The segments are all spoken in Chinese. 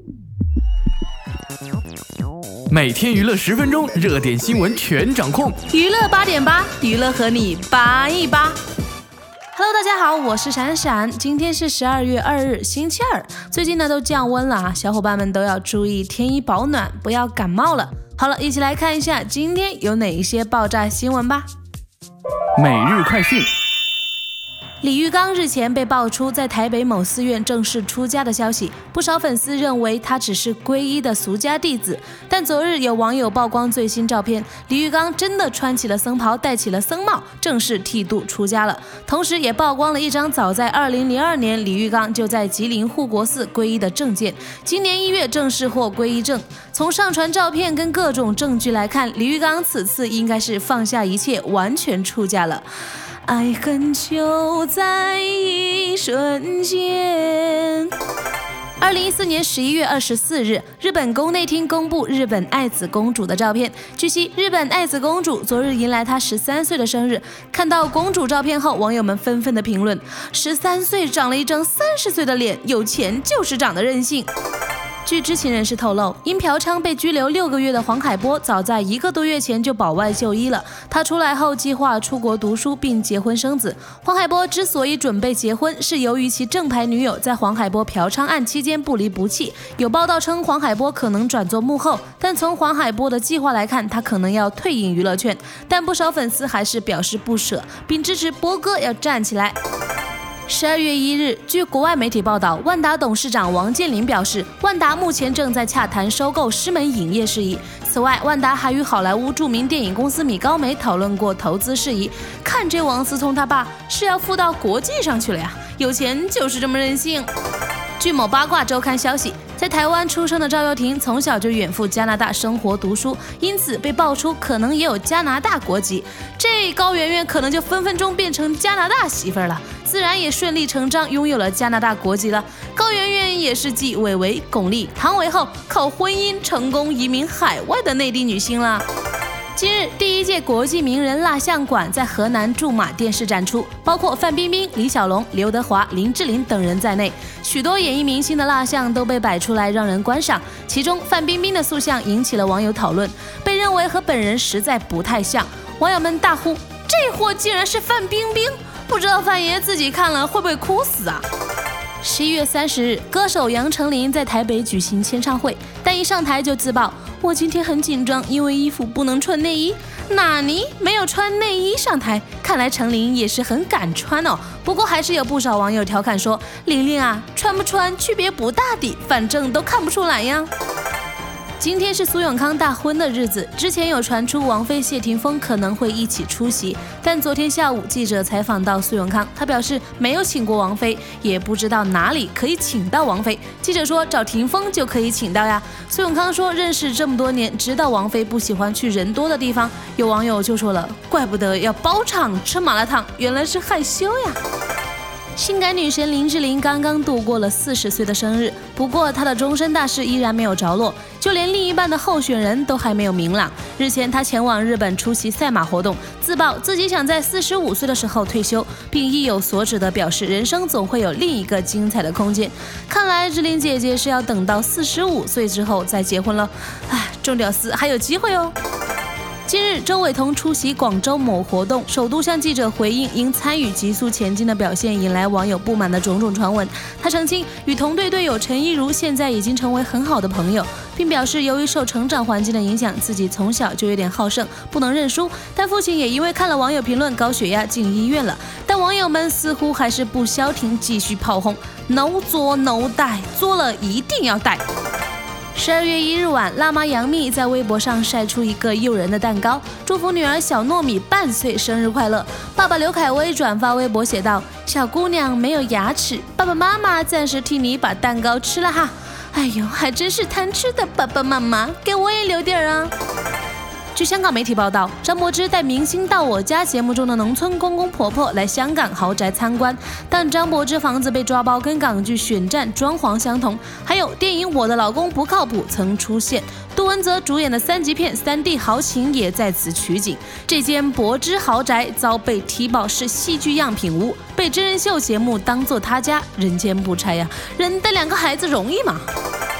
每天娱乐10分钟，热点新闻全掌控。 娱乐8.8，娱乐和你扒一扒。Hello， 大家好，我是闪闪。今天是12月2日，星期二。最近呢都降温了啊，小伙伴们都要注意添衣保暖，不要感冒了。好了，一起来看一下今天有哪一些爆炸新闻吧。 每日快讯。 李玉刚日前被爆出在台北某寺院正式出家的消息，不少粉丝认为他只是皈依的俗家弟子，但昨日有网友曝光最新照片，李玉刚真的穿起了僧袍，戴起了僧帽，正式剃度出家了。同时也曝光了一张早在2002年李玉刚就在吉林护国寺皈依的证件，今年1月正式获皈依证。从上传照片跟各种证据来看，李玉刚此次应该是放下一切，完全出家了。爱恨就在一瞬间。2014年11月24日，日本宫内厅公布日本爱子公主的照片。据悉，日本爱子公主昨日迎来她13岁的生日。看到公主照片后，网友们纷纷的评论：13岁长了一张30岁的脸，有钱就是长得任性。据知情人士透露，因嫖娼被拘留6个月的黄海波，早在1个多月前就保外就医了。他出来后计划出国读书并结婚生子。黄海波之所以准备结婚，是由于其正牌女友在黄海波嫖娼案期间不离不弃。有报道称黄海波可能转做幕后，但从黄海波的计划来看，他可能要退隐娱乐圈。但不少粉丝还是表示不舍，并支持波哥要站起来。12月1日，据国外媒体报道，万达董事长王健林表示，万达目前正在洽谈收购狮门影业事宜。此外，万达还与好莱坞著名电影公司米高梅讨论过投资事宜。看这王思聪他爸是要富到国际上去了呀，有钱就是这么任性。据某八卦周刊消息，在台湾出生的赵又廷从小就远赴加拿大生活读书，因此被爆出可能也有加拿大国籍。这高圆圆可能就分分钟变成加拿大媳妇儿了，自然也顺理成章拥有了加拿大国籍了。高圆圆也是继韦唯、巩俐、唐唯后，靠婚姻成功移民海外的内地女星了。今日，第1届国际名人蜡像馆在河南驻马店市展出，包括范冰冰、李小龙、刘德华、林志玲等人在内，许多演艺明星的蜡像都被摆出来让人观赏。其中，范冰冰的塑像引起了网友讨论，被认为和本人实在不太像。网友们大呼：“这货竟然是范冰冰！不知道范爷自己看了会不会哭死啊？”11月30日，歌手杨丞琳在台北举行签唱会，但一上台就自曝：“我今天很紧张，因为衣服不能穿内衣。”纳尼？没有穿内衣上台？看来丞琳也是很敢穿哦。不过还是有不少网友调侃说：“琳琳啊，穿不穿区别不大的，反正都看不出来呀。”今天是苏永康大婚的日子，之前有传出王菲、谢霆锋可能会一起出席，但昨天下午记者采访到苏永康，他表示没有请过王菲，也不知道哪里可以请到王菲。记者说找霆锋就可以请到呀。苏永康说认识这么多年，知道王菲不喜欢去人多的地方。有网友就说了，怪不得要包场吃麻辣烫，原来是害羞呀。性感女神林志玲刚刚度过了40岁的生日，不过她的终身大事依然没有着落，就连另一半的候选人都还没有明朗。日前，她前往日本出席赛马活动，自曝自己想在45岁的时候退休，并意有所指地表示，人生总会有另一个精彩的空间。看来志玲姐姐是要等到45岁之后再结婚了。唉，众屌丝还有机会哦。近日，周伟彤出席广州某活动，首度向记者回应因参与急速前进的表现引来网友不满的种种传闻。他澄清，与同队队友陈亦儒现在已经成为很好的朋友，并表示由于受成长环境的影响，自己从小就有点好胜，不能认输。但父亲也因为看了网友评论高血压进医院了。但网友们似乎还是不消停，继续炮轰 ：“No 作 No 带，作了一定要带。”12月1日晚，辣妈杨幂在微博上晒出一个诱人的蛋糕，祝福女儿小糯米半岁生日快乐。爸爸刘恺威转发微博写道：“小姑娘没有牙齿，爸爸妈妈暂时替你把蛋糕吃了哈。”哎呦，还真是贪吃的爸爸妈妈，给我也留点啊。据香港媒体报道，张柏芝带明星到我家节目中的农村公公婆婆来香港豪宅参观，但张柏芝房子被抓包跟港剧选战装潢相同，还有电影《我的老公不靠谱》曾出现，杜汶泽主演的3级片《3D 豪情》也在此取景。这间柏芝豪宅遭被踢爆是戏剧样品屋，被真人秀节目当作他家，人间不拆呀，人带2个孩子容易吗？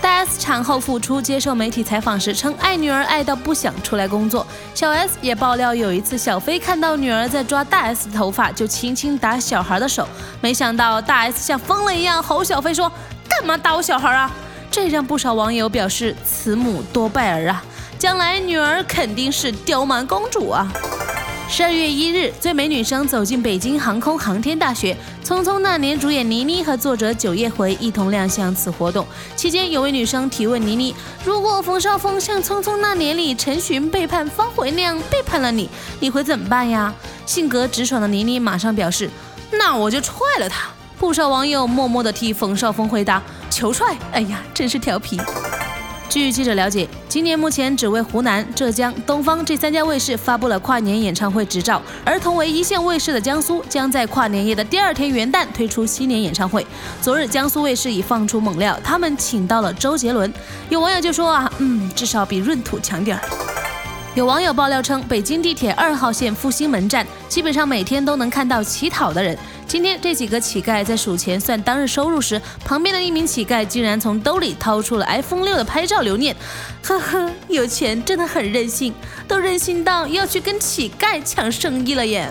大 S 产后复出接受媒体采访时称爱女儿爱到不想出来工作。小 S 也爆料有一次小飞看到女儿在抓大 S 的头发，就轻轻打小孩的手，没想到大 S 像疯了一样吼小飞说干嘛打我小孩啊，这让不少网友表示慈母多败儿啊，将来女儿肯定是刁蛮公主啊。12月1日，最美女生走进北京航空航天大学。匆匆那年主演倪妮和作者九叶回一同亮相此活动。期间，有位女生提问倪妮：“如果冯绍峰像《匆匆那年》里陈寻背叛方茴那样背叛了你，你会怎么办呀？”性格直爽的倪妮马上表示：“那我就踹了他。”不少网友默默地替冯绍峰回答：“求踹！哎呀，真是调皮。”据记者了解，今年目前只为湖南、浙江、东方这3家卫视发布了跨年演唱会执照，而同为1线卫视的江苏将在跨年夜的第2天元旦推出新年演唱会。昨日，江苏卫视已放出猛料，他们请到了周杰伦。有网友就说至少比闰土强点儿。有网友爆料称，北京地铁2号线复兴门站基本上每天都能看到乞讨的人。今天这几个乞丐在数钱算当日收入时，旁边的一名乞丐竟然从兜里掏出了 iPhone 6的拍照留念，呵呵，有钱真的很任性，都任性到要去跟乞丐抢生意了耶。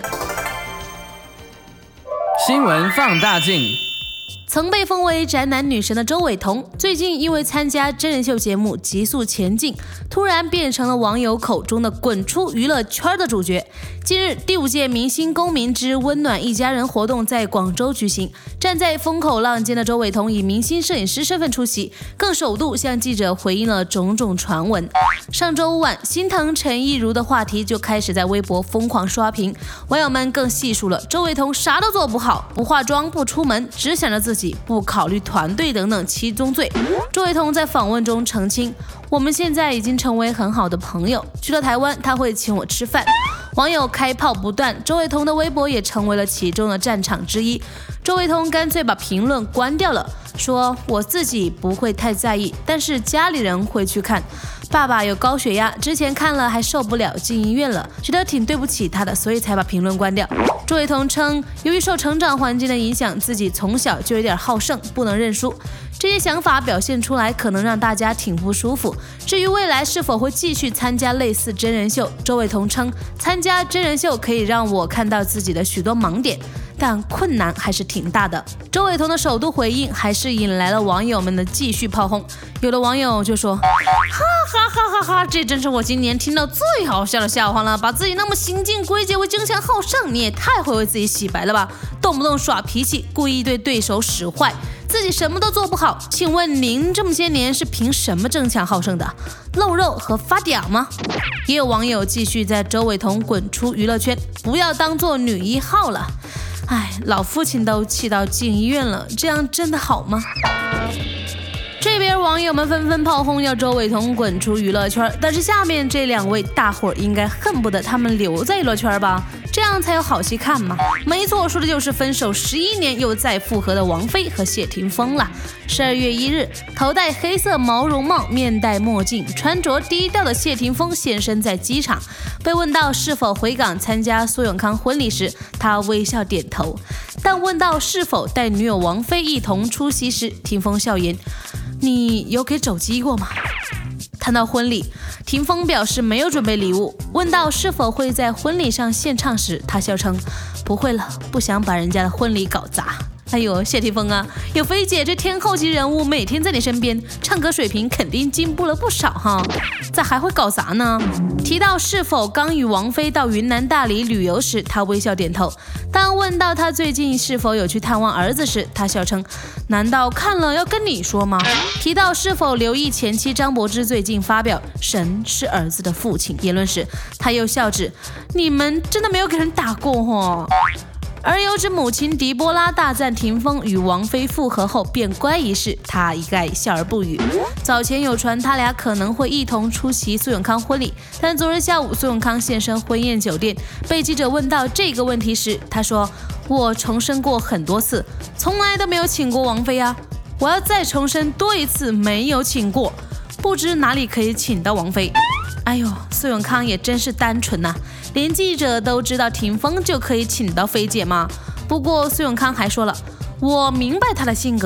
新闻放大镜。 曾被封为宅男女神的周韦彤，最近因为参加真人秀节目《极速前进》，突然变成了网友口中的滚出娱乐圈的主角。近日，第5届明星公民之温暖一家人活动在广州举行，站在风口浪尖的周韦彤以明星摄影师身份出席，更首度向记者回应了种种传闻。上周晚，心疼陈亦儒的话题就开始在微博疯狂刷屏，网友们更细数了周韦彤啥都做不好，不化妆不出门，只想着自己，不考虑团队等等7宗罪。周韦彤在访问中澄清，我们现在已经成为很好的朋友，去了台湾他会请我吃饭。网友开炮不断，周韦彤的微博也成为了其中的战场之一。周韦彤干脆把评论关掉了，说我自己不会太在意，但是家里人会去看。爸爸有高血压，之前看了还受不了，进医院了，觉得挺对不起他的，所以才把评论关掉。周韦彤称，由于受成长环境的影响，自己从小就有点好胜，不能认输。这些想法表现出来，可能让大家挺不舒服。至于未来是否会继续参加类似真人秀，周韦彤称，参加真人秀可以让我看到自己的许多盲点，但困难还是挺大的。周韦彤的首度回应还是引来了网友们的继续炮轰，有的网友就说，哈哈哈哈哈，这真是我今年听到最好笑的笑话了，把自己那么行径归结为争强好胜，你也太会为自己洗白了吧，动不动耍脾气，故意对对手使坏，自己什么都做不好，请问您这么些年是凭什么争强好胜的？露肉和发嗲吗？也有网友继续在周韦彤滚出娱乐圈，不要当做女1号了。哎，老父亲都气到进医院了，这样真的好吗？这边网友们纷纷炮轰要周韦彤滚出娱乐圈，但是下面这2位大伙应该恨不得他们留在娱乐圈吧，这样才有好戏看嘛。没错，说的就是分手11年又再复合的王菲和谢霆锋了。12月1日，头戴黑色毛绒帽，面戴墨镜，穿着低调的谢霆锋现身在机场。被问到是否回港参加苏永康婚礼时，他微笑点头。但问到是否带女友王菲一同出席时，霆锋笑言，你有给肘击过吗？谈到婚礼，霆锋表示没有准备礼物。问到是否会在婚礼上献唱时，他笑称不会了，不想把人家的婚礼搞砸。哎呦，谢霆锋啊，有菲姐这天后级人物每天在你身边，唱歌水平肯定进步了不少哈，咋还会搞砸呢？提到是否刚与王菲到云南大理旅游时，他微笑点头。当问到他最近是否有去探望儿子时，他笑称，难道看了要跟你说吗？提到是否留意前妻张柏芝最近发表神是儿子的父亲言论时，他又笑指，你们真的没有给人打过哦。而有指母亲狄波拉大赞霆锋与王菲复合后变乖一事，他一概笑而不语。早前有传他俩可能会一同出席苏永康婚礼，但昨日下午苏永康现身婚宴酒店，被记者问到这个问题时，他说，我重申过很多次，从来都没有请过王菲啊，我要再重申多一次，没有请过，不知哪里可以请到王菲。哎呦，苏永康也真是单纯呐，连记者都知道霆锋就可以请到菲姐吗？不过苏永康还说了，我明白他的性格，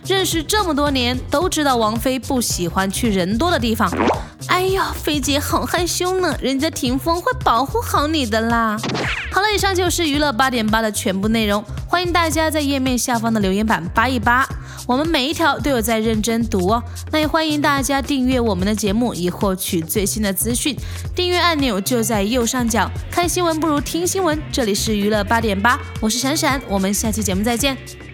认识这么多年，都知道王菲不喜欢去人多的地方。哎呦，菲姐好害羞呢，人家霆锋会保护好你的啦。好了，以上就是娱乐8.8的全部内容，欢迎大家在页面下方的留言板扒一扒，我们每一条都有在认真读哦。那也欢迎大家订阅我们的节目，以获取最新的资讯。订阅按钮就在右上角，看新闻不如听新闻。这里是娱乐8.8，我是闪闪，我们下期节目再见。